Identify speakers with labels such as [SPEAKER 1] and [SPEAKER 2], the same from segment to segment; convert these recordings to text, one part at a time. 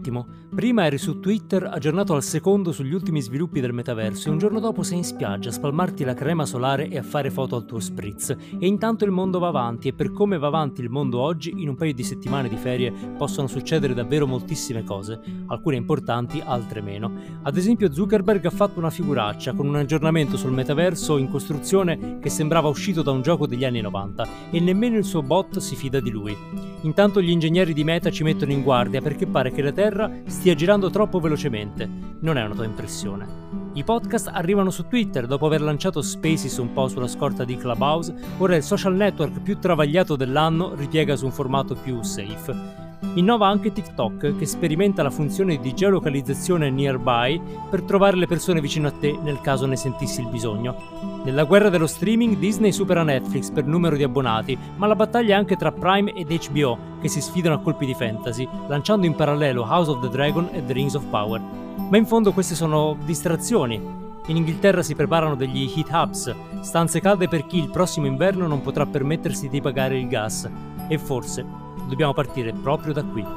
[SPEAKER 1] attimo. Prima eri su Twitter aggiornato al secondo sugli ultimi sviluppi del metaverso e un giorno dopo sei in spiaggia a spalmarti la crema solare e a fare foto al tuo spritz. E intanto il mondo va avanti e per come va avanti il mondo oggi, in un paio di settimane di ferie possono succedere davvero moltissime cose, alcune importanti, altre meno. Ad esempio Zuckerberg ha fatto una figuraccia con un aggiornamento sul metaverso in costruzione che sembrava uscito da un gioco degli anni 90 e nemmeno il suo bot si fida di lui. Intanto gli ingegneri di Meta ci mettono in guardia perché pare che la Terra stia girando troppo velocemente. Non è una tua impressione. I podcast arrivano su Twitter dopo aver lanciato Spaces un po' sulla scorta di Clubhouse. Ora il social network più travagliato dell'anno ripiega su un formato più safe. Innova anche TikTok, che sperimenta la funzione di geolocalizzazione nearby per trovare le persone vicino a te nel caso ne sentissi il bisogno. Nella guerra dello streaming Disney supera Netflix per numero di abbonati, ma la battaglia è anche tra Prime ed HBO, che si sfidano a colpi di fantasy, lanciando in parallelo House of the Dragon e The Rings of Power. Ma in fondo queste sono distrazioni. In Inghilterra si preparano degli heat hubs, stanze calde per chi il prossimo inverno non potrà permettersi di pagare il gas. E forse dobbiamo partire proprio da qui.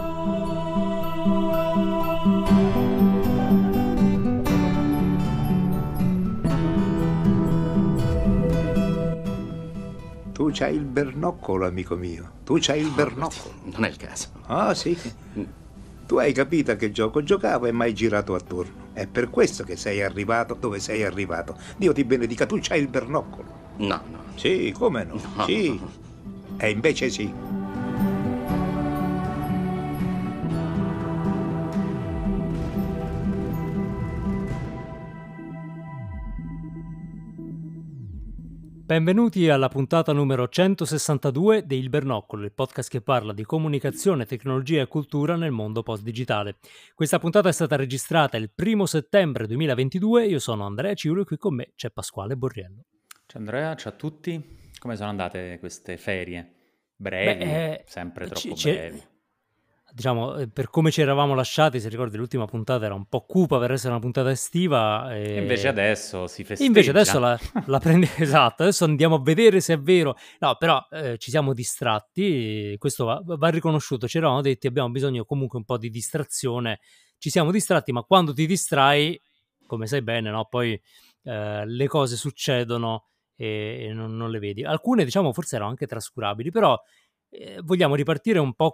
[SPEAKER 2] Tu c'hai il bernoccolo, amico mio. Tu c'hai il bernoccolo.
[SPEAKER 3] Non è il caso.
[SPEAKER 2] Ah, sì. Tu hai capito a che gioco giocavo e mai girato attorno. È per questo che sei arrivato dove sei arrivato. Dio ti benedica, tu c'hai il bernoccolo.
[SPEAKER 3] No, no.
[SPEAKER 2] Sì, come no?
[SPEAKER 3] No.
[SPEAKER 2] Sì. E invece sì.
[SPEAKER 1] Benvenuti alla puntata numero 162 di Il Bernoccolo, il podcast che parla di comunicazione, tecnologia e cultura nel mondo post-digitale. Questa puntata è stata registrata il 1 settembre 2022, io sono Andrea Ciulo e qui con me c'è Pasquale Borriello.
[SPEAKER 4] Ciao Andrea, ciao a tutti. Come sono andate queste ferie? Brevi, sempre troppo brevi.
[SPEAKER 1] Diciamo, per come ci eravamo lasciati, se ricordi l'ultima puntata era un po' cupa per essere una puntata estiva.
[SPEAKER 4] E invece adesso si festeggia.
[SPEAKER 1] Invece adesso la prendi, esatto, adesso andiamo a vedere se è vero. No, però ci siamo distratti, questo va riconosciuto, ci eravamo detti abbiamo bisogno comunque un po' di distrazione, ci siamo distratti, ma quando ti distrai, come sai bene, no? Poi le cose succedono e non le vedi. Alcune, diciamo, forse erano anche trascurabili, però vogliamo ripartire un po'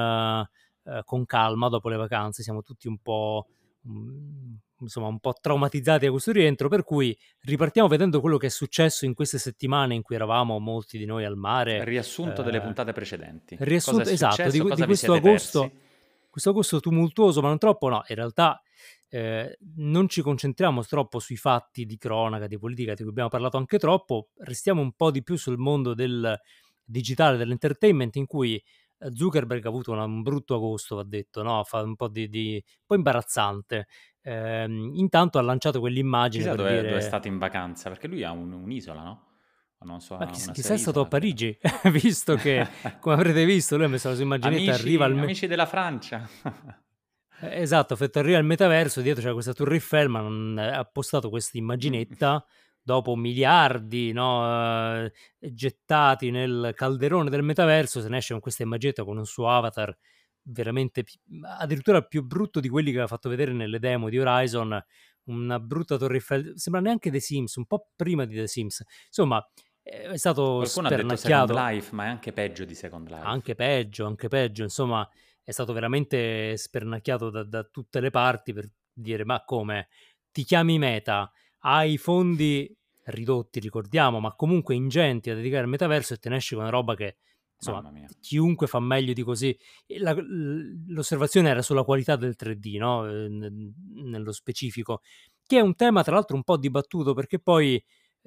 [SPEAKER 1] con calma dopo le vacanze, siamo tutti un po' insomma un po' traumatizzati da questo rientro, per cui ripartiamo vedendo quello che è successo in queste settimane in cui eravamo molti di noi al mare.
[SPEAKER 4] Riassunto delle puntate precedenti.
[SPEAKER 1] Riassunto,
[SPEAKER 4] cosa è
[SPEAKER 1] esatto,
[SPEAKER 4] successo,
[SPEAKER 1] di
[SPEAKER 4] cosa vi
[SPEAKER 1] questo
[SPEAKER 4] siete
[SPEAKER 1] agosto,
[SPEAKER 4] persi?
[SPEAKER 1] questo agosto tumultuoso, ma non troppo, no, in realtà non ci concentriamo troppo sui fatti di cronaca, di politica, di cui abbiamo parlato anche troppo, restiamo un po' di più sul mondo del digitale, dell'entertainment, in cui Zuckerberg ha avuto un brutto agosto, va detto, no? Fa un po' un po' imbarazzante. Intanto ha lanciato quell'immagine
[SPEAKER 4] Chissà
[SPEAKER 1] per
[SPEAKER 4] dove è
[SPEAKER 1] dire...
[SPEAKER 4] stato in vacanza, perché lui ha un'isola, no? Non so,
[SPEAKER 1] Ma
[SPEAKER 4] ha una
[SPEAKER 1] chissà è stato a
[SPEAKER 4] isola, credo.
[SPEAKER 1] Parigi, visto che, come avrete visto, lui ha messo la sua immaginetta, arriva al...
[SPEAKER 4] Amici della Francia.
[SPEAKER 1] Esatto, ha fatto arriva al metaverso, dietro c'è questa Tour Eiffel, ma non, ha postato questa immaginetta dopo miliardi, no, gettati nel calderone del metaverso, se ne esce con questa immaginetta con un suo avatar veramente addirittura più brutto di quelli che aveva fatto vedere nelle demo di Horizon, una brutta Tour Eiffel, sembra neanche The Sims, un po' prima di The Sims. Insomma, è stato
[SPEAKER 4] Qualcuno ha detto Second
[SPEAKER 1] spernacchiato.
[SPEAKER 4] Life, ma è anche peggio di Second Life.
[SPEAKER 1] Anche peggio, insomma, è stato veramente spernacchiato da tutte le parti per dire, ma come, ti chiami Meta, hai fondi ridotti, ricordiamo, ma comunque ingenti da dedicare al metaverso e te ne esci con una roba che, insomma,
[SPEAKER 4] Mamma mia.
[SPEAKER 1] chiunque fa meglio di così. E l'osservazione era sulla qualità del 3D, no? Nello specifico, che è un tema tra l'altro un po' dibattuto, perché poi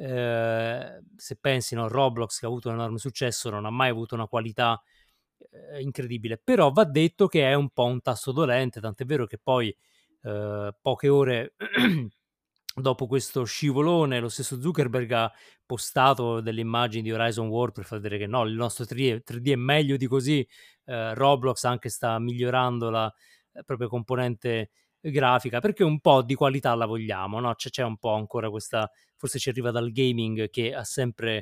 [SPEAKER 1] se pensi, no, Roblox, che ha avuto un enorme successo, non ha mai avuto una qualità incredibile, però va detto che è un po' un tasto dolente, tant'è vero che poi poche ore dopo questo scivolone lo stesso Zuckerberg ha postato delle immagini di Horizon World per far vedere che no, il nostro 3D è meglio di così. Roblox anche sta migliorando la propria componente grafica, perché un po' di qualità la vogliamo, no? C'è un po' ancora questa, forse ci arriva dal gaming che ha sempre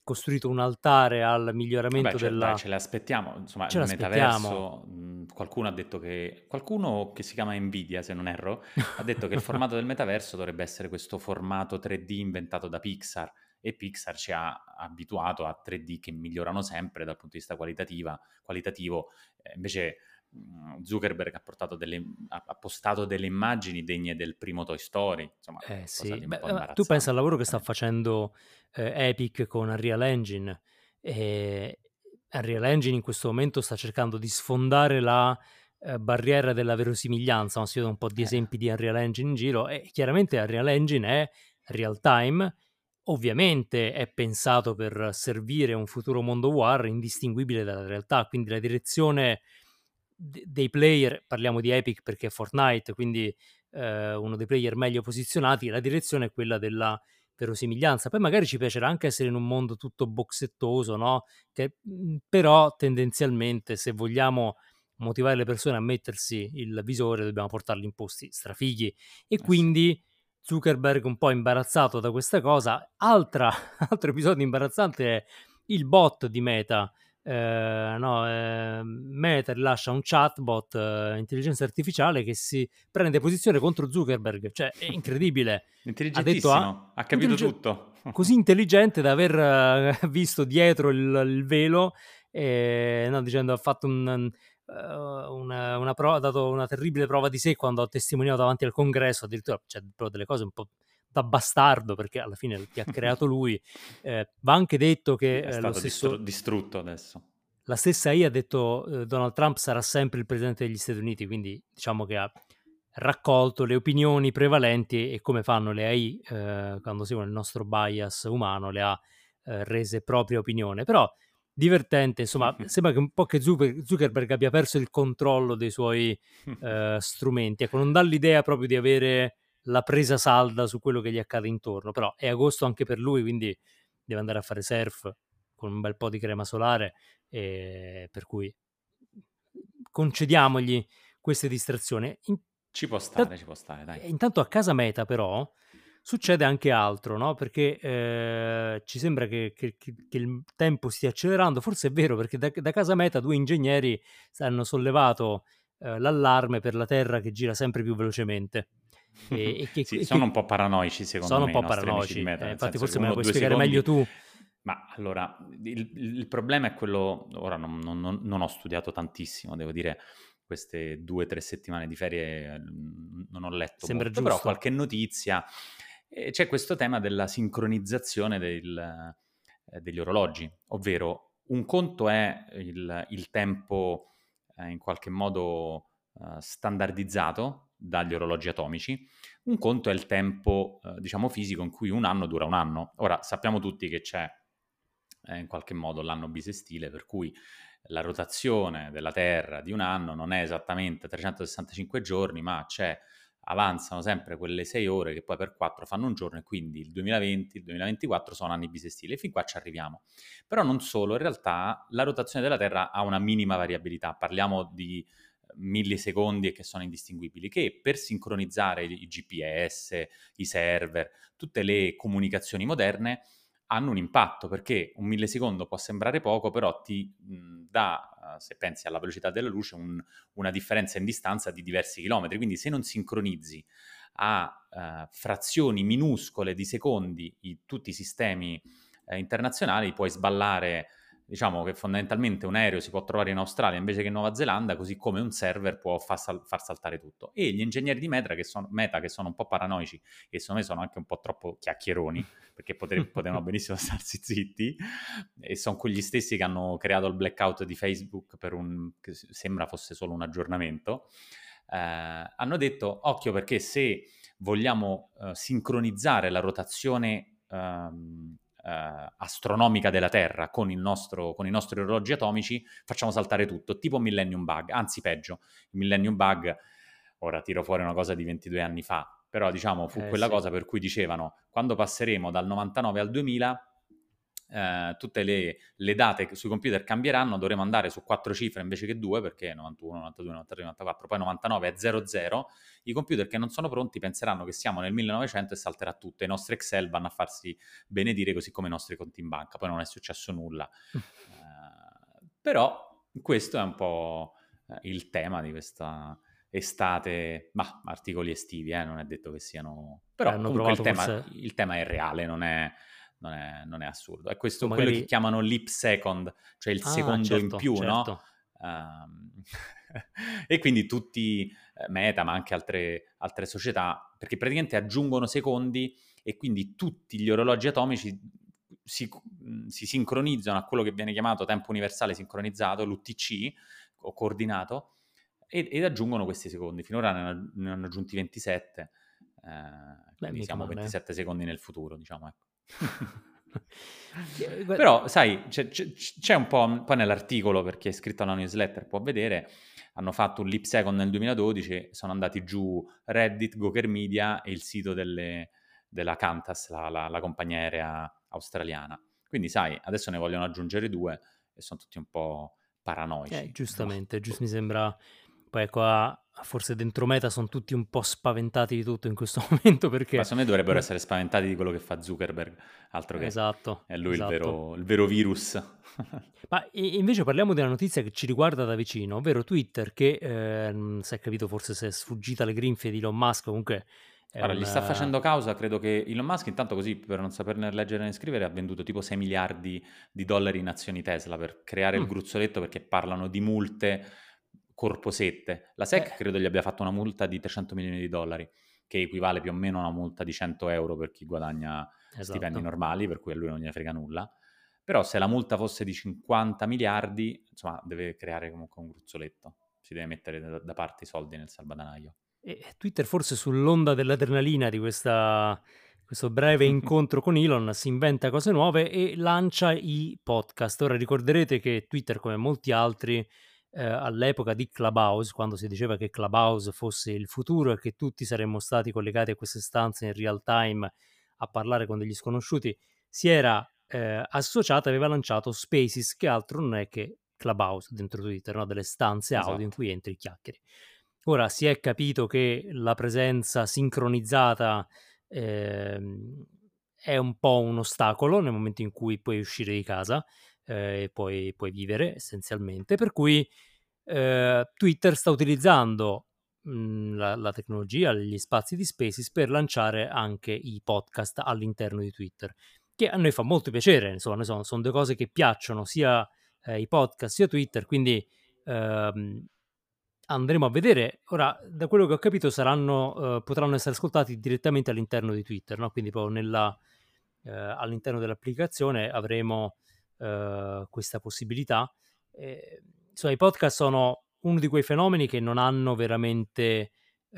[SPEAKER 1] costruito un altare al miglioramento
[SPEAKER 4] Dai, ce le aspettiamo. Insomma,
[SPEAKER 1] Ce
[SPEAKER 4] il
[SPEAKER 1] l'aspettiamo.
[SPEAKER 4] metaverso, qualcuno ha detto qualcuno che si chiama Nvidia, se non erro, ha detto che il formato del metaverso dovrebbe essere questo formato 3D inventato da Pixar, e Pixar ci ha abituato a 3D che migliorano sempre dal punto di vista qualitativo. Invece Zuckerberg ha postato delle immagini degne del primo Toy Story, insomma, qualcosa
[SPEAKER 1] Sì.
[SPEAKER 4] di un po'
[SPEAKER 1] Tu pensa al
[SPEAKER 4] imbarazzante,
[SPEAKER 1] lavoro che sta
[SPEAKER 4] francamente.
[SPEAKER 1] facendo Epic con Unreal Engine. Ehm, Unreal Engine in questo momento sta cercando di sfondare la barriera della verosimiglianza, no, si vedono un po' di
[SPEAKER 4] Eh,
[SPEAKER 1] esempi di Unreal Engine in giro e chiaramente Unreal Engine è real time, ovviamente è pensato per servire un futuro mondo war indistinguibile dalla realtà, quindi la direzione dei player, parliamo di Epic perché è Fortnite, quindi uno dei player meglio posizionati, la direzione è quella della verosimiglianza. Poi magari ci piacerà anche essere in un mondo tutto boxettoso, no, però tendenzialmente se vogliamo motivare le persone a mettersi il visore dobbiamo portarli in posti strafighi e
[SPEAKER 4] sì.
[SPEAKER 1] quindi Zuckerberg un po' imbarazzato da questa cosa. Altro episodio imbarazzante è il bot di Meta. No, Meta rilascia un chatbot, intelligenza artificiale che si prende posizione contro Zuckerberg, cioè è incredibile. Ha detto
[SPEAKER 4] Intelligentissimo, ha capito tutto.
[SPEAKER 1] così intelligente da aver visto dietro il velo, no, dicendo ha fatto una prova, ha dato una terribile prova di sé quando ha testimoniato davanti al congresso, addirittura cioè, proprio delle cose un po' da bastardo perché alla fine ti ha creato lui. Va anche detto che
[SPEAKER 4] È
[SPEAKER 1] lo
[SPEAKER 4] stato
[SPEAKER 1] stesso
[SPEAKER 4] distrutto adesso.
[SPEAKER 1] la stessa IA ha detto, Donald Trump sarà sempre il presidente degli Stati Uniti, quindi diciamo che ha raccolto le opinioni prevalenti e come fanno le AI, quando seguono il nostro bias umano, le ha, rese propria opinione. Però divertente, insomma, sembra che un po' che Zuckerberg abbia perso il controllo dei suoi, strumenti. Ecco, non dà l'idea proprio di avere la presa salda su quello che gli accade intorno, però è agosto anche per lui, quindi deve andare a fare surf con un bel po' di crema solare. Per cui concediamogli queste distrazioni.
[SPEAKER 4] Ci può stare, dai.
[SPEAKER 1] Intanto a casa Meta però succede anche altro, no, perché, ci sembra che il tempo stia accelerando. Forse è vero perché da casa Meta 2 ingegneri s hanno sollevato, l'allarme per la Terra che gira sempre più velocemente
[SPEAKER 4] Sì,
[SPEAKER 1] e
[SPEAKER 4] sono
[SPEAKER 1] che
[SPEAKER 4] un po' paranoici secondo
[SPEAKER 1] sono un
[SPEAKER 4] me i
[SPEAKER 1] po'
[SPEAKER 4] nostri amici di
[SPEAKER 1] paranoici.
[SPEAKER 4] Meta, nel
[SPEAKER 1] Infatti
[SPEAKER 4] senso che
[SPEAKER 1] forse me la
[SPEAKER 4] 1 o
[SPEAKER 1] puoi
[SPEAKER 4] 2
[SPEAKER 1] spiegare meglio
[SPEAKER 4] secondi.
[SPEAKER 1] tu.
[SPEAKER 4] Ma allora, il problema è quello, ora non ho studiato tantissimo, devo dire, queste 2, 3 settimane di ferie, non ho letto
[SPEAKER 1] Sembra
[SPEAKER 4] molto, però
[SPEAKER 1] giusto.
[SPEAKER 4] qualche notizia, c'è questo tema della sincronizzazione degli orologi, ovvero un conto è il tempo, in qualche modo, standardizzato dagli orologi atomici, un conto è il tempo, diciamo fisico in cui un anno dura un anno. Ora sappiamo tutti che c'è, in qualche modo l'anno bisestile, per cui la rotazione della Terra di un anno non è esattamente 365 giorni, ma avanzano sempre quelle 6 ore che poi per 4 fanno un giorno e quindi il 2020, il 2024 sono anni bisestili e fin qua ci arriviamo. Però non solo, in realtà la rotazione della Terra ha una minima variabilità, parliamo di millisecondi e che sono indistinguibili, che per sincronizzare i GPS, i server, tutte le comunicazioni moderne hanno un impatto, perché un millisecondo può sembrare poco, però ti dà, se pensi alla velocità della luce, una differenza in distanza di diversi chilometri. Quindi se non sincronizzi a frazioni minuscole di secondi tutti i sistemi internazionali, puoi sballare. Diciamo che fondamentalmente un aereo si può trovare in Australia invece che in Nuova Zelanda, così come un server può far saltare tutto. E gli ingegneri di Meta, che sono un po' paranoici e secondo me sono anche un po' troppo chiacchieroni, perché potevano benissimo starsi zitti, e sono quegli stessi che hanno creato il blackout di Facebook che sembra fosse solo un aggiornamento, hanno detto occhio perché se vogliamo sincronizzare la rotazione astronomica della Terra con i nostri orologi atomici, facciamo saltare tutto, tipo Millennium Bug, anzi peggio, il Millennium Bug, ora tiro fuori una cosa di 22 anni fa, però diciamo fu quella
[SPEAKER 1] Sì.
[SPEAKER 4] cosa per cui dicevano quando passeremo dal 99 al 2000 tutte le date sui computer cambieranno, dovremo andare su 4 cifre invece che 2, perché 91, 92, 93, 94, poi 99 è 00. I computer che non sono pronti penseranno che siamo nel 1900 e salterà tutto. I nostri Excel vanno a farsi benedire, così come i nostri conti in banca. Poi non è successo nulla. Però questo è un po' il tema di questa estate, ma articoli estivi, non è detto che siano... Però
[SPEAKER 1] hanno
[SPEAKER 4] comunque
[SPEAKER 1] provato forse,
[SPEAKER 4] il tema è reale, non è assurdo. È questo
[SPEAKER 1] o
[SPEAKER 4] quello che
[SPEAKER 1] magari...
[SPEAKER 4] chiamano leap second, cioè il
[SPEAKER 1] Ah,
[SPEAKER 4] secondo in
[SPEAKER 1] certo,
[SPEAKER 4] più, no?
[SPEAKER 1] certo.
[SPEAKER 4] E quindi tutti, Meta, ma anche altre società, perché praticamente aggiungono secondi e quindi tutti gli orologi atomici si sincronizzano a quello che viene chiamato tempo universale sincronizzato, l'UTC, o coordinato, ed aggiungono questi secondi. Finora ne hanno aggiunti 27,
[SPEAKER 1] Beh,
[SPEAKER 4] quindi
[SPEAKER 1] mica
[SPEAKER 4] siamo
[SPEAKER 1] male.
[SPEAKER 4] 27 secondi nel futuro, diciamo, ecco.
[SPEAKER 1] Guarda,
[SPEAKER 4] Però, sai, c'è un po' nell'articolo, per chi è iscritto alla newsletter può vedere, hanno fatto un leap second nel 2012, sono andati giù Reddit, Gawker Media e il sito della Qantas, la compagnia aerea australiana. Quindi, sai, adesso ne vogliono aggiungere 2 e sono tutti un po' paranoici, no?
[SPEAKER 1] giustamente, mi sembra... Poi ecco, forse dentro Meta sono tutti un po' spaventati di tutto in questo momento
[SPEAKER 4] Ma
[SPEAKER 1] perché...
[SPEAKER 4] secondo me dovrebbero essere spaventati di quello che fa Zuckerberg, altro che
[SPEAKER 1] Esatto,
[SPEAKER 4] è lui
[SPEAKER 1] esatto.
[SPEAKER 4] il vero virus.
[SPEAKER 1] Ma invece parliamo di una notizia che ci riguarda da vicino, ovvero Twitter che, non si è capito forse se è sfuggita alle grinfie di Elon Musk, comunque è
[SPEAKER 4] Guarda,
[SPEAKER 1] un...
[SPEAKER 4] gli sta facendo causa, credo che Elon Musk, intanto così, per non saperne leggere né scrivere, ha venduto tipo 6 miliardi di dollari in azioni Tesla per creare il
[SPEAKER 1] mm,
[SPEAKER 4] gruzzoletto, perché parlano di multe corposette. La
[SPEAKER 1] eh,
[SPEAKER 4] SEC credo gli abbia fatto una multa di 300 milioni di dollari, che equivale più o meno a una multa di 100 euro per chi guadagna stipendi
[SPEAKER 1] esatto.
[SPEAKER 4] normali, per cui a lui non gliene frega nulla. Però se la multa fosse di 50 miliardi, insomma, deve creare comunque un gruzzoletto. Si deve mettere da parte i soldi nel salvadanaio.
[SPEAKER 1] E Twitter forse sull'onda dell'adrenalina di questo breve incontro con Elon si inventa cose nuove e lancia i podcast. Ora ricorderete che Twitter, come molti altri, all'epoca di Clubhouse, quando si diceva che Clubhouse fosse il futuro e che tutti saremmo stati collegati a queste stanze in real time a parlare con degli sconosciuti, si era associata, aveva lanciato Spaces, che altro non è che Clubhouse dentro Twitter, no? Delle stanze audio in
[SPEAKER 4] Esatto.
[SPEAKER 1] cui entri e chiacchieri. Ora si è capito che la presenza sincronizzata, ehm, è un po' un ostacolo nel momento in cui puoi uscire di casa, e puoi vivere essenzialmente, per cui, Twitter sta utilizzando, la tecnologia, gli spazi di Spaces per lanciare anche i podcast all'interno di Twitter, che a noi fa molto piacere, insomma, noi son 2 cose che piacciono, sia, i podcast sia Twitter, quindi, ehm andremo a vedere. Ora, da quello che ho capito potranno essere ascoltati direttamente all'interno di Twitter, no, quindi proprio all'interno dell'applicazione avremo, questa possibilità. Insomma, i podcast sono uno di quei fenomeni che non hanno veramente,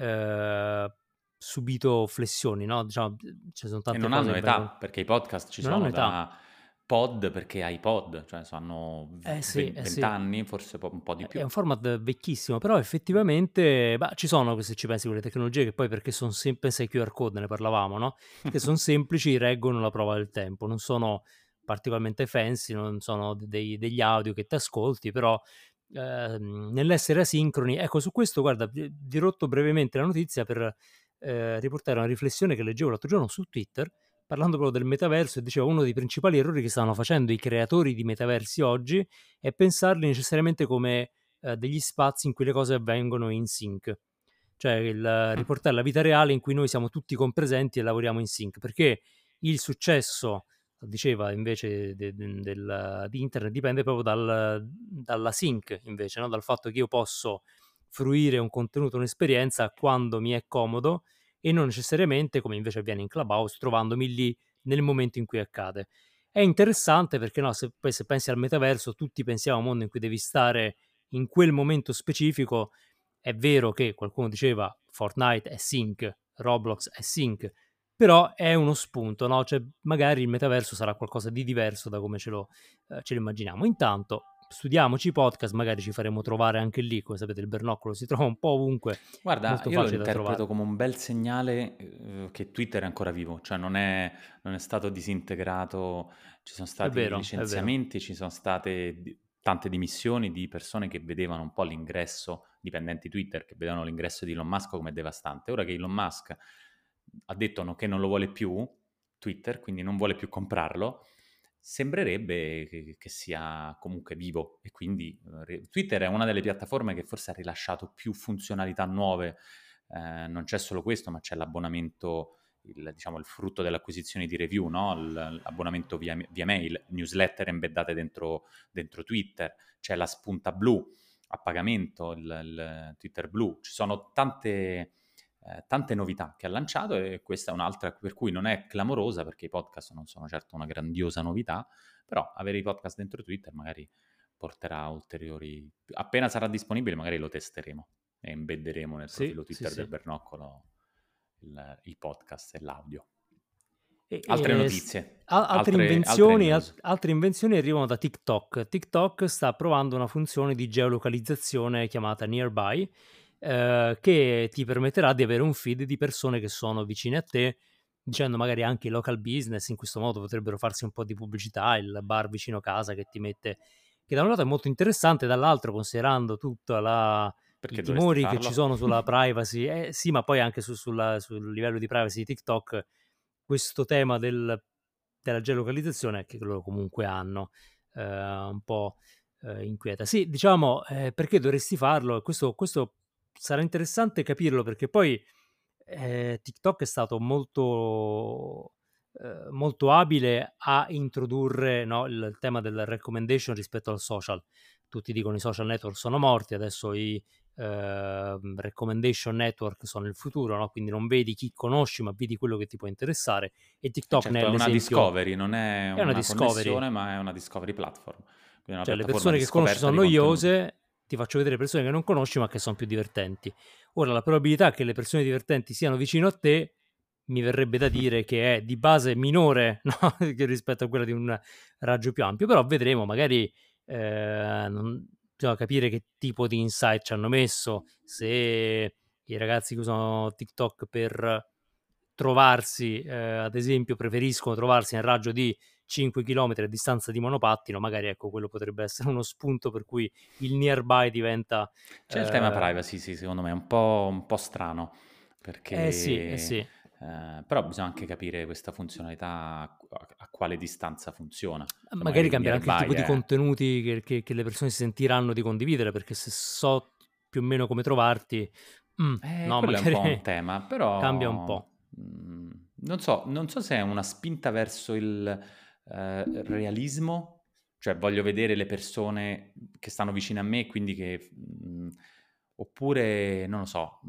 [SPEAKER 1] subito flessioni, no, diciamo, ce ne son
[SPEAKER 4] E
[SPEAKER 1] tante
[SPEAKER 4] non
[SPEAKER 1] cose
[SPEAKER 4] hanno
[SPEAKER 1] che vengono...
[SPEAKER 4] età, perché i podcast ci
[SPEAKER 1] Non hanno
[SPEAKER 4] sono
[SPEAKER 1] età.
[SPEAKER 4] da pod, perché hai pod, cioè hanno
[SPEAKER 1] Eh sì, eh
[SPEAKER 4] 20
[SPEAKER 1] sì.
[SPEAKER 4] anni, forse un po' di
[SPEAKER 1] È
[SPEAKER 4] più.
[SPEAKER 1] un format vecchissimo, però effettivamente, bah, ci sono, se ci pensi, quelle tecnologie che poi, perché pensa ai QR code, ne parlavamo, no, che son semplici, reggono la prova del tempo, non sono particolarmente fancy, non sono degli audio che t'ascolti, però, nell'essere asincroni, ecco, su questo guarda, dirotto brevemente la notizia per, riportare una riflessione che leggevo l'altro giorno su Twitter, parlando proprio del metaverso, e diceva uno dei principali errori che stanno facendo i creatori di metaversi oggi è pensarli necessariamente come, degli spazi in cui le cose avvengono in sync. Cioè il riportare la vita reale in cui noi siamo tutti compresenti e lavoriamo in sync, perché il successo, diceva invece di internet, dipende proprio dalla sync invece, no, dal fatto che io posso fruire un contenuto, un'esperienza quando mi è comodo e non necessariamente, come invece avviene in Clubhouse, trovandomi lì nel momento in cui accade. È interessante perché, no, se pensi al metaverso, tutti pensiamo a un mondo in cui devi stare in quel momento specifico. È vero che qualcuno diceva Fortnite è sync, Roblox è sync, però è uno spunto, no, cioè magari il metaverso sarà qualcosa di diverso da come ce lo immaginiamo. Intanto studiamoci i podcast, magari ci faremo trovare anche lì. Come sapete, il Bernoccolo si trova un po' ovunque,
[SPEAKER 4] Guarda,
[SPEAKER 1] molto
[SPEAKER 4] io lo
[SPEAKER 1] facile da trovare.
[SPEAKER 4] interpreto come un bel segnale che Twitter è ancora vivo, cioè non è stato disintegrato, ci sono
[SPEAKER 1] È
[SPEAKER 4] stati
[SPEAKER 1] vero, è vero.
[SPEAKER 4] licenziamenti, ci sono state tante dimissioni di persone che vedevano un po' l'ingresso, dipendenti Twitter, che vedevano l'ingresso di Elon Musk come devastante. Ora che Elon Musk ha detto che non lo vuole più, Twitter, quindi non vuole più comprarlo, sembrerebbe che sia comunque vivo e quindi Twitter è una delle piattaforme che forse ha rilasciato più funzionalità nuove. Non c'è solo questo, ma c'è l'abbonamento, diciamo, il frutto dell'acquisizione di review, no? L'abbonamento via mail, newsletter embeddate dentro Twitter, c'è la spunta blu a pagamento, il Twitter blu, ci sono tante novità che ha lanciato e questa è un'altra per cui non è clamorosa perché i podcast non sono certo una grandiosa novità, però avere i podcast dentro Twitter magari porterà ulteriori... Appena sarà disponibile magari lo testeremo e embedderemo nel
[SPEAKER 1] Sì,
[SPEAKER 4] profilo
[SPEAKER 1] sì,
[SPEAKER 4] Twitter del
[SPEAKER 1] sì.
[SPEAKER 4] Bernoccolo il podcast e l'audio.
[SPEAKER 1] E,
[SPEAKER 4] Altre
[SPEAKER 1] e
[SPEAKER 4] notizie, altre news.
[SPEAKER 1] altre invenzioni arrivano da TikTok. TikTok sta provando una funzione di geolocalizzazione chiamata Nearby, che ti permetterà di avere un feed di persone che sono vicine a te, dicendo magari anche i local business. In questo modo potrebbero farsi un po' di pubblicità, il bar vicino casa che ti mette, che da un lato è molto interessante, dall'altro considerando tutta i
[SPEAKER 4] Perché dovresti
[SPEAKER 1] timori che ci
[SPEAKER 4] farlo?
[SPEAKER 1] sono sulla privacy, sì, ma poi anche sul livello di privacy di TikTok, questo tema della geolocalizzazione che loro comunque hanno, un po' inquieta. Sì, diciamo, perché dovresti farlo? Questo sarà interessante capirlo, perché poi TikTok è stato molto abile a introdurre, no, il tema del recommendation rispetto al social. Tutti dicono i social network sono morti, adesso i recommendation network sono il futuro, no? Quindi non vedi chi conosci, ma vedi quello che ti può interessare. E
[SPEAKER 4] E
[SPEAKER 1] TikTok ne è
[SPEAKER 4] certo, è una
[SPEAKER 1] l'esempio,
[SPEAKER 4] discovery, non è
[SPEAKER 1] è una
[SPEAKER 4] una
[SPEAKER 1] discovery.
[SPEAKER 4] connessione, ma è una discovery platform. Quindi è una
[SPEAKER 1] Cioè, le
[SPEAKER 4] piattaforma
[SPEAKER 1] persone
[SPEAKER 4] di
[SPEAKER 1] che conosci
[SPEAKER 4] scoperta
[SPEAKER 1] sono
[SPEAKER 4] di contenuti.
[SPEAKER 1] noiose, ti faccio vedere persone che non conosci, ma che sono più divertenti. Ora, la probabilità che le persone divertenti siano vicino a te mi verrebbe da dire che è di base minore, no? Rispetto a quella di un raggio più ampio, però vedremo, magari bisogna capire che tipo di insight ci hanno messo, se i ragazzi che usano TikTok per trovarsi, ad esempio, preferiscono trovarsi nel raggio di 5 chilometri a distanza di monopattino, magari ecco, quello potrebbe essere uno spunto per cui il nearby diventa...
[SPEAKER 4] C'è il tema
[SPEAKER 1] eh,
[SPEAKER 4] privacy, sì, secondo me, è un po' strano,
[SPEAKER 1] sì, eh
[SPEAKER 4] perché
[SPEAKER 1] sì.
[SPEAKER 4] però bisogna anche capire questa funzionalità a quale distanza funziona. Se magari
[SPEAKER 1] Magari
[SPEAKER 4] il
[SPEAKER 1] cambierà anche il tipo
[SPEAKER 4] nearby
[SPEAKER 1] di
[SPEAKER 4] è...
[SPEAKER 1] contenuti che le persone si sentiranno di condividere, perché se so più o meno come trovarti, no,
[SPEAKER 4] Quello è un
[SPEAKER 1] magari
[SPEAKER 4] po' un tema,
[SPEAKER 1] cambia un
[SPEAKER 4] però
[SPEAKER 1] po'.
[SPEAKER 4] non so se è una spinta verso il realismo, cioè voglio vedere le persone che stanno vicine a me, quindi oppure, non lo so,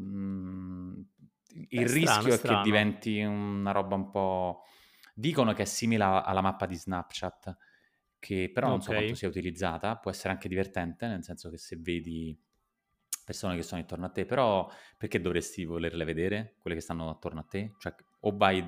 [SPEAKER 1] È
[SPEAKER 4] il
[SPEAKER 1] strano, è
[SPEAKER 4] rischio è che
[SPEAKER 1] strano.
[SPEAKER 4] diventi una roba un po'... Dicono che è simile alla mappa di Snapchat, che però non so quanto
[SPEAKER 1] Ok.
[SPEAKER 4] sia utilizzata, può essere anche divertente, nel senso che se vedi persone che sono intorno a te, però perché dovresti volerle vedere, quelle che stanno attorno a te? Cioè, o vai,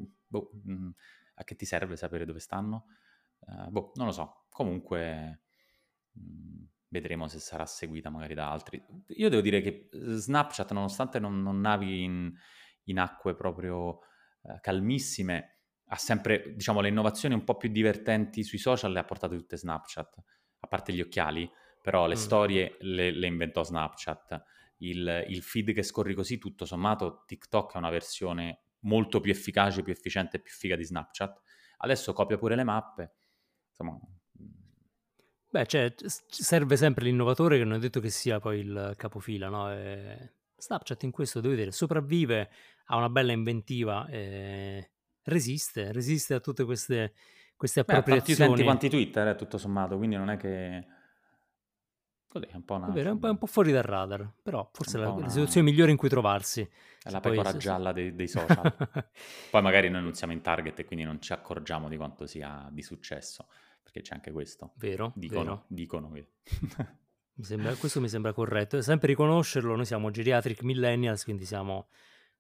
[SPEAKER 4] a che ti serve sapere dove stanno? Non lo so. Comunque, vedremo se sarà seguita magari da altri. Io devo dire che Snapchat, nonostante non navighi in acque proprio calmissime, ha sempre, diciamo, le innovazioni un po' più divertenti sui social le ha portate tutte Snapchat, a parte gli occhiali, però le
[SPEAKER 1] Mm.
[SPEAKER 4] storie le inventò Snapchat. Il feed che scorri così, tutto sommato, TikTok è una versione molto più efficace, più efficiente e più figa di Snapchat. Adesso copia pure le mappe. Insomma,
[SPEAKER 1] Beh, cioè, serve sempre l'innovatore, che non è detto che sia poi il capofila, no? Snapchat in questo, devo dire, sopravvive, ha una bella inventiva, resiste a tutte queste
[SPEAKER 4] ha tanti utenti
[SPEAKER 1] appropriazioni.
[SPEAKER 4] quanti Twitter, tutto sommato, quindi non è che... Così, è un po'
[SPEAKER 1] È
[SPEAKER 4] una...
[SPEAKER 1] vero, è un po' fuori dal radar, però forse
[SPEAKER 4] un
[SPEAKER 1] è
[SPEAKER 4] po'
[SPEAKER 1] la
[SPEAKER 4] una...
[SPEAKER 1] situazione migliore in cui trovarsi.
[SPEAKER 4] È
[SPEAKER 1] Se
[SPEAKER 4] la
[SPEAKER 1] poi...
[SPEAKER 4] pecora gialla dei social. Poi magari noi non siamo in target e quindi non ci accorgiamo di quanto sia di successo, perché c'è anche questo.
[SPEAKER 1] Vero, vero.
[SPEAKER 4] Dicono che...
[SPEAKER 1] Questo mi sembra corretto. E sempre riconoscerlo, noi siamo geriatric millennials, quindi siamo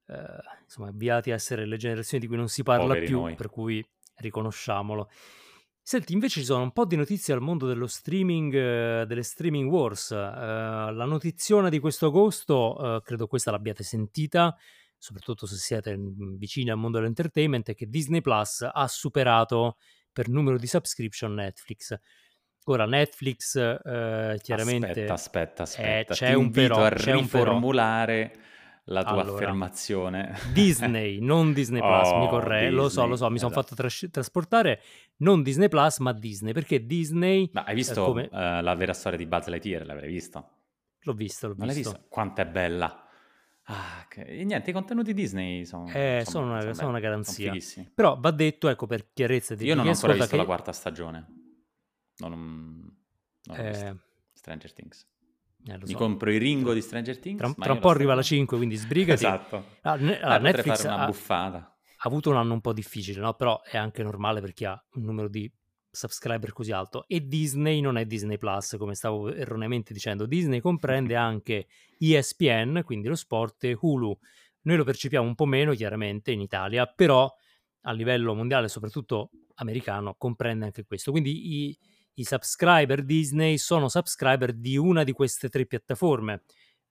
[SPEAKER 1] insomma avviati a essere le generazioni di cui non si parla
[SPEAKER 4] Poveri
[SPEAKER 1] più,
[SPEAKER 4] noi.
[SPEAKER 1] per cui riconosciamolo. Senti, invece ci sono un po' di notizie al mondo dello streaming, delle streaming wars. La notiziona di questo agosto, credo questa l'abbiate sentita, soprattutto se siete vicini al mondo dell'entertainment, è che Disney Plus ha superato per numero di subscription Netflix. Ora Netflix, chiaramente
[SPEAKER 4] Aspetta. Ti
[SPEAKER 1] c'è un
[SPEAKER 4] invito
[SPEAKER 1] però,
[SPEAKER 4] a
[SPEAKER 1] c'è un però.
[SPEAKER 4] riformulare la tua
[SPEAKER 1] Allora,
[SPEAKER 4] affermazione.
[SPEAKER 1] Disney, non Disney Plus,
[SPEAKER 4] Oh,
[SPEAKER 1] lo so,
[SPEAKER 4] Disney.
[SPEAKER 1] mi son fatto
[SPEAKER 4] Esatto.
[SPEAKER 1] trasportare, non Disney Plus, ma Disney, perché Disney,
[SPEAKER 4] Ma hai visto
[SPEAKER 1] come
[SPEAKER 4] la vera storia di Buzz Lightyear? L'avrai visto?
[SPEAKER 1] l'ho
[SPEAKER 4] Non l'hai
[SPEAKER 1] visto.
[SPEAKER 4] visto? Quanto è bella! Ah, e niente, i contenuti Disney
[SPEAKER 1] Sono
[SPEAKER 4] sono
[SPEAKER 1] una
[SPEAKER 4] belli, sono
[SPEAKER 1] garanzia.
[SPEAKER 4] fighissimi.
[SPEAKER 1] Però va detto, ecco, per chiarezza
[SPEAKER 4] Io
[SPEAKER 1] di
[SPEAKER 4] non
[SPEAKER 1] chi
[SPEAKER 4] ho ancora
[SPEAKER 1] ascolta
[SPEAKER 4] visto la
[SPEAKER 1] che,
[SPEAKER 4] quarta stagione. Non l'ho vista.
[SPEAKER 1] ehm,
[SPEAKER 4] Stranger Things.
[SPEAKER 1] lo
[SPEAKER 4] Mi
[SPEAKER 1] so,
[SPEAKER 4] compro i Ringo
[SPEAKER 1] tra
[SPEAKER 4] di Stranger Things, ma
[SPEAKER 1] tra un
[SPEAKER 4] io la
[SPEAKER 1] po' arriva la
[SPEAKER 4] stagione...
[SPEAKER 1] 5, quindi sbrigati.
[SPEAKER 4] Esatto. Potrei fare
[SPEAKER 1] Netflix
[SPEAKER 4] una
[SPEAKER 1] ha
[SPEAKER 4] buffata.
[SPEAKER 1] avuto un anno un po' difficile, no, però è anche normale per chi ha un numero di subscriber così alto. E Disney non è Disney Plus, come stavo erroneamente dicendo. Disney comprende anche ESPN, quindi lo sport, e Hulu. Noi lo percepiamo un po' meno, chiaramente, in Italia, però a livello mondiale, soprattutto americano, comprende anche questo. Quindi i subscriber Disney sono subscriber di una di queste tre piattaforme.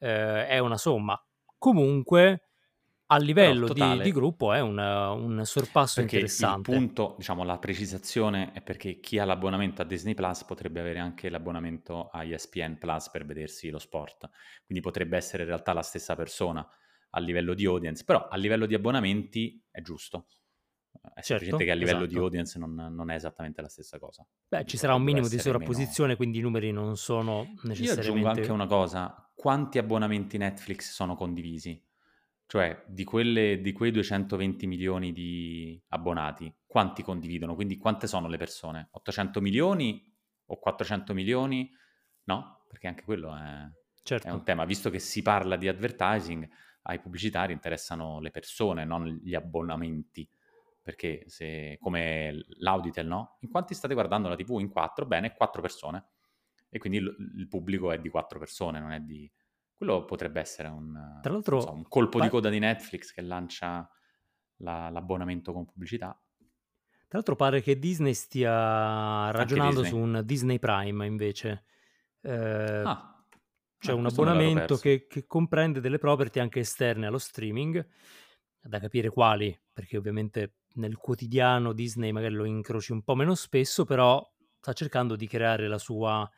[SPEAKER 1] È una somma. Comunque, a
[SPEAKER 4] Però
[SPEAKER 1] livello di
[SPEAKER 4] totale,
[SPEAKER 1] gruppo è un sorpasso
[SPEAKER 4] perché il
[SPEAKER 1] interessante.
[SPEAKER 4] punto, diciamo, la precisazione è perché chi ha l'abbonamento a Disney Plus potrebbe avere anche l'abbonamento a ESPN Plus per vedersi lo sport. Quindi potrebbe essere in realtà la stessa persona a livello di audience, però a livello di abbonamenti è giusto. È semplicemente
[SPEAKER 1] Certo,
[SPEAKER 4] che a livello di
[SPEAKER 1] esatto.
[SPEAKER 4] audience non è esattamente la stessa cosa.
[SPEAKER 1] Beh,
[SPEAKER 4] Quindi
[SPEAKER 1] ci sarà un
[SPEAKER 4] potrebbero
[SPEAKER 1] minimo di
[SPEAKER 4] essere meno...
[SPEAKER 1] sovrapposizione, quindi i numeri non sono
[SPEAKER 4] Io aggiungo anche
[SPEAKER 1] necessariamente.
[SPEAKER 4] una cosa: quanti abbonamenti Netflix sono condivisi? Cioè, di quei 220 milioni di abbonati, quanti condividono? Quindi quante sono le persone? 800 milioni o 400 milioni? No? Perché anche quello è un
[SPEAKER 1] Certo.
[SPEAKER 4] tema. Visto che si parla di advertising, ai pubblicitari interessano le persone, non gli abbonamenti. Perché se, come l'Auditel, no? In quanti state guardando la TV? In 4? Bene, 4 persone. E quindi il pubblico è di 4 persone, non è di... Quello potrebbe essere
[SPEAKER 1] Tra
[SPEAKER 4] non so,
[SPEAKER 1] l'altro
[SPEAKER 4] un colpo di
[SPEAKER 1] pa
[SPEAKER 4] coda di Netflix che lancia l'abbonamento con pubblicità.
[SPEAKER 1] Tra l'altro pare che Disney stia
[SPEAKER 4] Anche
[SPEAKER 1] ragionando su
[SPEAKER 4] Disney.
[SPEAKER 1] un Disney Prime invece. Ehm,
[SPEAKER 4] Ah,
[SPEAKER 1] c'è un
[SPEAKER 4] questo me l'ero
[SPEAKER 1] abbonamento
[SPEAKER 4] perso.
[SPEAKER 1] che comprende delle property anche esterne allo streaming, da capire quali, perché ovviamente nel quotidiano Disney magari lo incroci un po' meno spesso, però sta cercando di creare la sua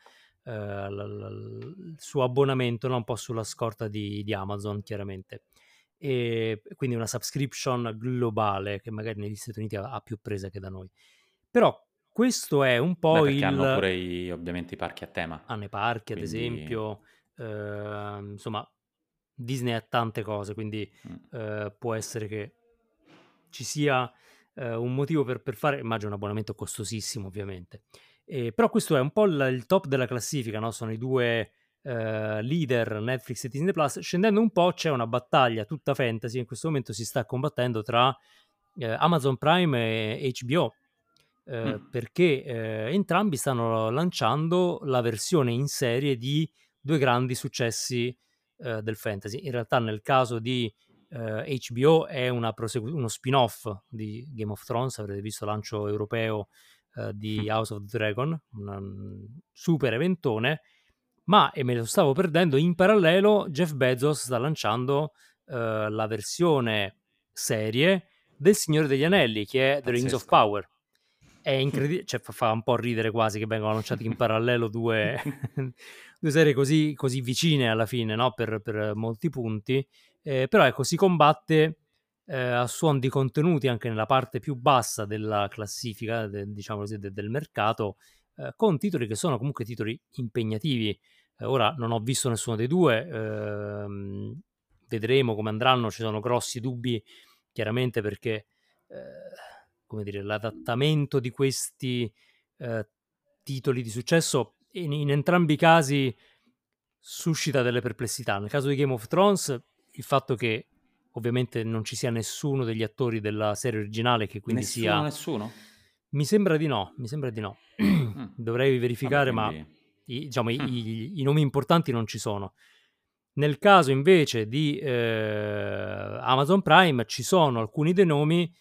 [SPEAKER 1] il suo abbonamento, no, un po' sulla scorta di Amazon chiaramente. Quindi una subscription globale che magari negli Stati Uniti ha più presa che da noi. Però questo è un
[SPEAKER 4] Beh,
[SPEAKER 1] po'
[SPEAKER 4] perché hanno
[SPEAKER 1] il
[SPEAKER 4] pure ovviamente i parchi a tema.
[SPEAKER 1] nei parchi ad
[SPEAKER 4] Quindi...
[SPEAKER 1] esempio, insomma Disney ha tante cose, quindi,
[SPEAKER 4] mm.
[SPEAKER 1] può essere che ci sia, un motivo per fare, immagino un abbonamento costosissimo ovviamente. Però questo è un po' il top della classifica, no, sono i 2, leader Netflix e Disney Plus. Scendendo un po' c'è una battaglia tutta fantasy, in questo momento si sta combattendo tra, Amazon Prime e HBO,
[SPEAKER 4] Mm.
[SPEAKER 1] perché, entrambi stanno lanciando la versione in serie di 2 grandi successi, del fantasy. In realtà nel caso di, HBO è uno spin-off di Game of Thrones, avrete visto il lancio europeo, di House of the Dragon, un super eventone, ma, e me lo stavo perdendo, in parallelo Jeff Bezos sta lanciando, la versione serie del Signore degli Anelli, che è The Rings of
[SPEAKER 4] Pazzesco.
[SPEAKER 1] Power. È cioè fa un po' ridere quasi che vengano lanciati in parallelo due due serie così vicine alla fine, no, per molti punti. Però ecco, si combatte, a suon di contenuti anche nella parte più bassa della classifica, diciamo così, del mercato, con titoli che sono comunque titoli impegnativi. Ora non ho visto nessuno dei 2, vedremo come andranno, ci sono grossi dubbi chiaramente perché, come dire, l'adattamento di questi, ehm, titoli di successo in entrambi i casi suscita delle perplessità. Nel caso di Game of Thrones, il fatto che ovviamente non ci sia nessuno degli attori della serie originale, che quindi sia,
[SPEAKER 4] Nessuno?
[SPEAKER 1] mi sembra di no, mi sembra di no.
[SPEAKER 4] Mm.
[SPEAKER 1] Dovrei
[SPEAKER 4] Vabbè,
[SPEAKER 1] verificare, ma
[SPEAKER 4] quindi...
[SPEAKER 1] diciamo
[SPEAKER 4] Mm.
[SPEAKER 1] i nomi importanti non ci sono. Nel caso invece di, Amazon Prime ci sono alcuni dei nomi,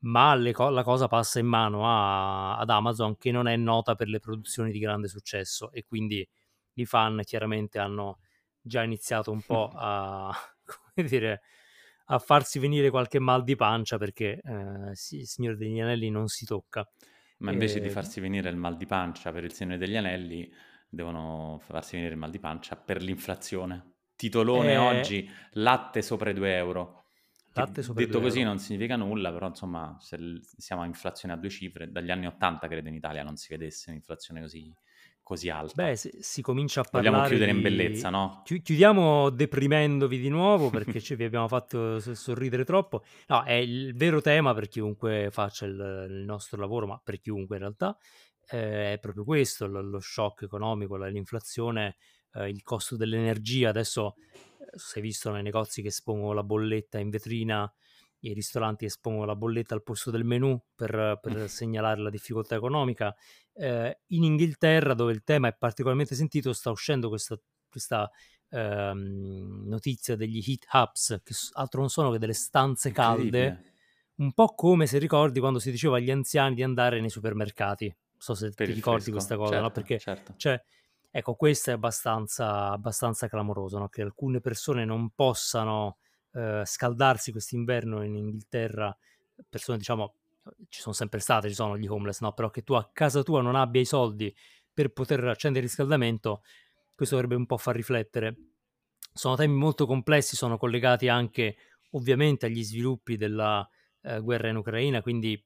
[SPEAKER 1] ma la cosa passa in mano ad Amazon, che non è nota per le produzioni di grande successo, e quindi i fan chiaramente hanno già iniziato un po' a, come dire, a farsi venire qualche mal di pancia, perché sì, il Signore degli Anelli non si tocca.
[SPEAKER 4] Ma invece di farsi venire il mal di pancia per il Signore degli Anelli, devono farsi venire il mal di pancia per l'inflazione. Titolone
[SPEAKER 1] Eh,
[SPEAKER 4] oggi, latte sopra i 2 euro. Che
[SPEAKER 1] latte sopra i
[SPEAKER 4] detto
[SPEAKER 1] 2
[SPEAKER 4] così
[SPEAKER 1] euro.
[SPEAKER 4] non significa nulla, però insomma, se siamo a inflazione a 2 cifre, dagli anni 80 credo in Italia non si vedesse un'inflazione così alta.
[SPEAKER 1] Beh, si comincia a
[SPEAKER 4] Vogliamo
[SPEAKER 1] parlare
[SPEAKER 4] chiudere in
[SPEAKER 1] di...
[SPEAKER 4] bellezza, no?
[SPEAKER 1] Chiudiamo deprimendovi di nuovo, perché vi abbiamo fatto sorridere troppo. No, è il vero tema per chiunque faccia il nostro lavoro, ma per chiunque in realtà, è proprio questo, lo shock economico, l'inflazione, il costo dell'energia. Adesso, se hai visto nei negozi che espongono la bolletta in vetrina, i ristoranti espongono la bolletta al posto del menù per segnalare la difficoltà economica. In Inghilterra, dove il tema è particolarmente sentito, sta uscendo questa notizia degli heat hubs, che altro non sono che delle stanze calde,
[SPEAKER 4] Incredibile.
[SPEAKER 1] un po' come, se ricordi, quando si diceva agli anziani di andare nei supermercati. Non so se
[SPEAKER 4] Per
[SPEAKER 1] ti
[SPEAKER 4] il
[SPEAKER 1] ricordi questa
[SPEAKER 4] fresco,
[SPEAKER 1] cosa, no?
[SPEAKER 4] certo,
[SPEAKER 1] Perché,
[SPEAKER 4] certo.
[SPEAKER 1] cioè, ecco, questo è abbastanza clamoroso, no? Che alcune persone non possano scaldarsi quest'inverno in Inghilterra, persone, diciamo, ci sono sempre state, ci sono gli homeless, no? Però che tu a casa tua non abbia i soldi per poter accendere il riscaldamento, questo dovrebbe un po' far riflettere. Sono temi molto complessi, sono collegati anche ovviamente agli sviluppi della guerra in Ucraina, quindi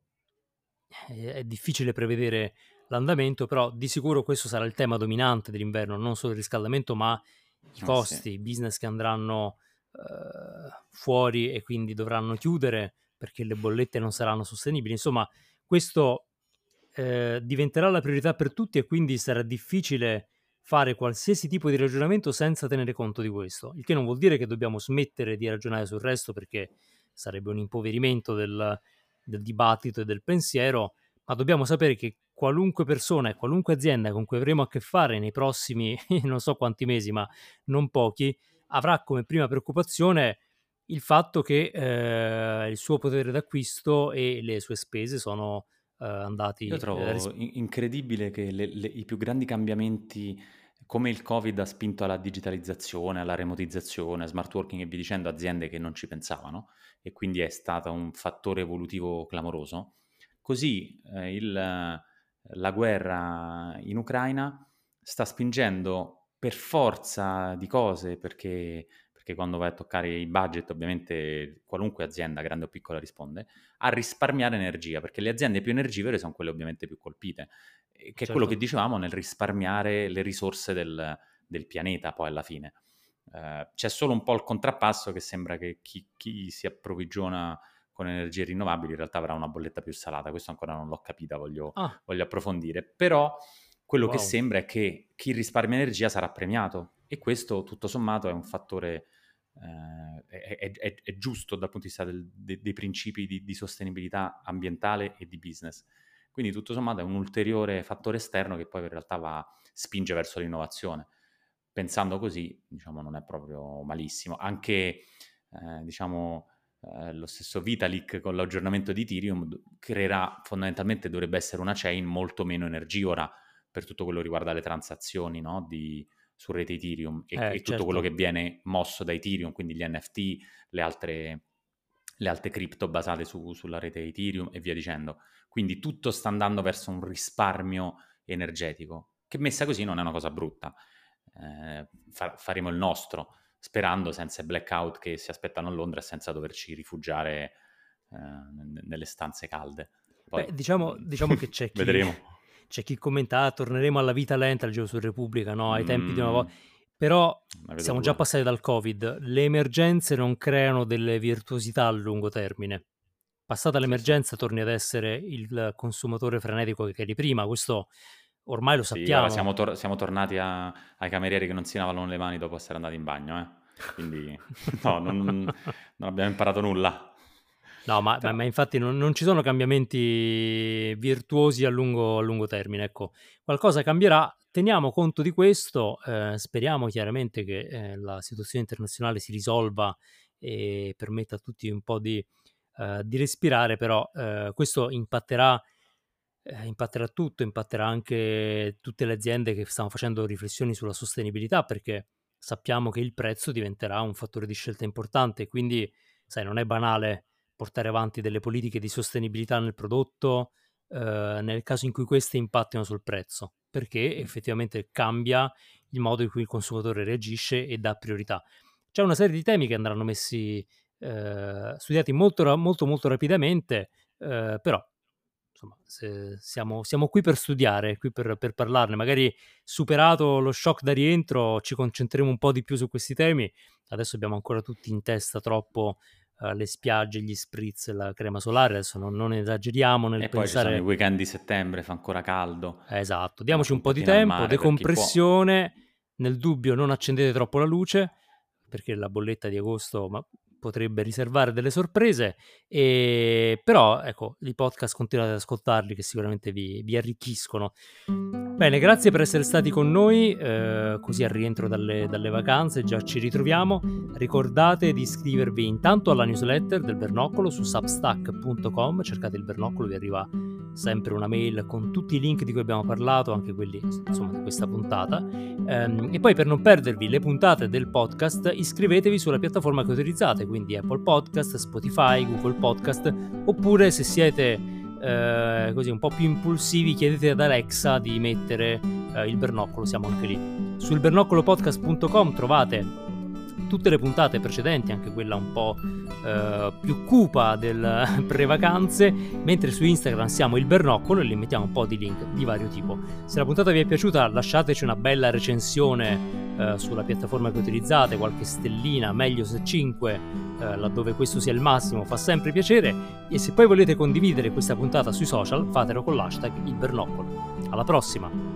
[SPEAKER 1] è difficile prevedere l'andamento, però di sicuro questo sarà il tema dominante dell'inverno, non solo il riscaldamento, ma i
[SPEAKER 4] Eh sì.
[SPEAKER 1] costi, i business che andranno fuori e quindi dovranno chiudere perché le bollette non saranno sostenibili. Insomma, questo diventerà la priorità per tutti, e quindi sarà difficile fare qualsiasi tipo di ragionamento senza tenere conto di questo. Il che non vuol dire che dobbiamo smettere di ragionare sul resto, perché sarebbe un impoverimento del dibattito e del pensiero, ma dobbiamo sapere che qualunque persona e qualunque azienda con cui avremo a che fare nei prossimi non so quanti mesi, ma non pochi, avrà come prima preoccupazione il fatto che il suo potere d'acquisto e le sue spese sono
[SPEAKER 4] Io
[SPEAKER 1] andati
[SPEAKER 4] trovo incredibile che i più grandi cambiamenti, come il Covid ha spinto alla digitalizzazione, alla remotizzazione, smart working e via dicendo, aziende che non ci pensavano, e quindi è stato un fattore evolutivo clamoroso. Così la guerra in Ucraina sta spingendo per forza di cose, perché quando vai a toccare i budget, ovviamente qualunque azienda, grande o piccola, risponde a risparmiare energia, perché le aziende più energivore sono quelle ovviamente più colpite, che è quello che
[SPEAKER 1] certo.
[SPEAKER 4] dicevamo nel risparmiare le risorse del pianeta poi alla fine. C'è solo un po' il contrappasso, che sembra che chi si approvvigiona con energie rinnovabili in realtà avrà una bolletta più salata. Questo ancora non l'ho capita,
[SPEAKER 1] Ah,
[SPEAKER 4] voglio approfondire. Però quello che
[SPEAKER 1] wow.
[SPEAKER 4] sembra è che chi risparmia energia sarà premiato, e questo tutto sommato è un fattore, è giusto dal punto di vista dei principi di sostenibilità ambientale e di business. Quindi tutto sommato è un ulteriore fattore esterno che poi in realtà spinge verso l'innovazione. Pensando così, diciamo, non è proprio malissimo. Anche, diciamo, lo stesso Vitalik con l'aggiornamento di Ethereum creerà, fondamentalmente dovrebbe essere una chain molto meno energivora per tutto quello che riguarda le transazioni, no? Su rete Ethereum, e tutto quello che
[SPEAKER 1] Certo.
[SPEAKER 4] viene mosso da Ethereum, quindi gli NFT, le altre cripto basate sulla rete Ethereum e via dicendo. Quindi tutto sta andando verso un risparmio energetico, che messa così non è una cosa brutta. Faremo il nostro, sperando senza i blackout che si aspettano a Londra e senza doverci rifugiare nelle stanze calde. Poi
[SPEAKER 1] Beh, diciamo che
[SPEAKER 4] vedremo.
[SPEAKER 1] c'è chi commenta: torneremo alla vita lenta, leggevo su Repubblica, no, ai tempi di una
[SPEAKER 4] Mm,
[SPEAKER 1] però
[SPEAKER 4] la vedo
[SPEAKER 1] siamo già
[SPEAKER 4] dura.
[SPEAKER 1] passati dal Covid, le emergenze non creano delle virtuosità a lungo termine. Passata
[SPEAKER 4] Sì, sì.
[SPEAKER 1] l'emergenza torni ad essere il consumatore frenetico che eri prima, questo ormai lo
[SPEAKER 4] Sì, ora
[SPEAKER 1] sappiamo.
[SPEAKER 4] siamo tornati ai camerieri che non si lavano le mani dopo essere andati in bagno, eh. Quindi no, non abbiamo imparato nulla.
[SPEAKER 1] No, ma
[SPEAKER 4] Però,
[SPEAKER 1] ma infatti non ci sono cambiamenti virtuosi a lungo termine, ecco. Qualcosa cambierà, teniamo conto di questo, speriamo chiaramente che, la situazione internazionale si risolva e permetta a tutti un po' di di respirare, però questo impatterà tutto, impatterà anche tutte le aziende che stanno facendo riflessioni sulla sostenibilità, perché sappiamo che il prezzo diventerà un fattore di scelta importante, quindi sai, non è banale portare avanti delle politiche di sostenibilità nel prodotto nel caso in cui queste impattino sul prezzo, perché effettivamente cambia il modo in cui il consumatore reagisce e dà priorità. C'è una serie di temi che andranno messi studiati molto rapidamente, però insomma siamo qui per studiare, qui per parlarne. Magari superato lo shock da rientro ci concentreremo un po' di più su questi temi. Adesso abbiamo ancora tutti in testa troppo le spiagge, gli spritz, la crema solare, adesso non esageriamo nel
[SPEAKER 4] E poi ci sono i
[SPEAKER 1] pensare.
[SPEAKER 4] weekend di settembre, fa ancora caldo,
[SPEAKER 1] Esatto,
[SPEAKER 4] una
[SPEAKER 1] diamoci un po' di
[SPEAKER 4] puntatina al
[SPEAKER 1] tempo,
[SPEAKER 4] mare per chi può.
[SPEAKER 1] decompressione, nel dubbio non accendete troppo la luce, perché la bolletta di agosto potrebbe riservare delle sorprese, però ecco, i podcast continuate ad ascoltarli che sicuramente vi arricchiscono. Bene, grazie per essere stati con noi, così al rientro dalle vacanze, già ci ritroviamo. Ricordate di iscrivervi intanto alla newsletter del Bernoccolo su substack.com, cercate il Bernoccolo, vi arriva sempre una mail con tutti i link di cui abbiamo parlato, anche quelli insomma di questa puntata, e poi per non perdervi le puntate del podcast iscrivetevi sulla piattaforma che utilizzate, quindi Apple Podcast, Spotify, Google Podcast, oppure se siete così un po' più impulsivi chiedete ad Alexa di mettere il Bernoccolo, siamo anche lì. Sul bernoccolopodcast.com trovate tutte le puntate precedenti, anche quella un po' più cupa del pre-vacanze, mentre su Instagram siamo il Bernoccolo e li mettiamo un po' di link di vario tipo. Se la puntata vi è piaciuta lasciateci una bella recensione sulla piattaforma che utilizzate, qualche stellina, meglio se 5, laddove questo sia il massimo, fa sempre piacere, e se poi volete condividere questa puntata sui social fatelo con l'hashtag il Bernoccolo. Alla prossima!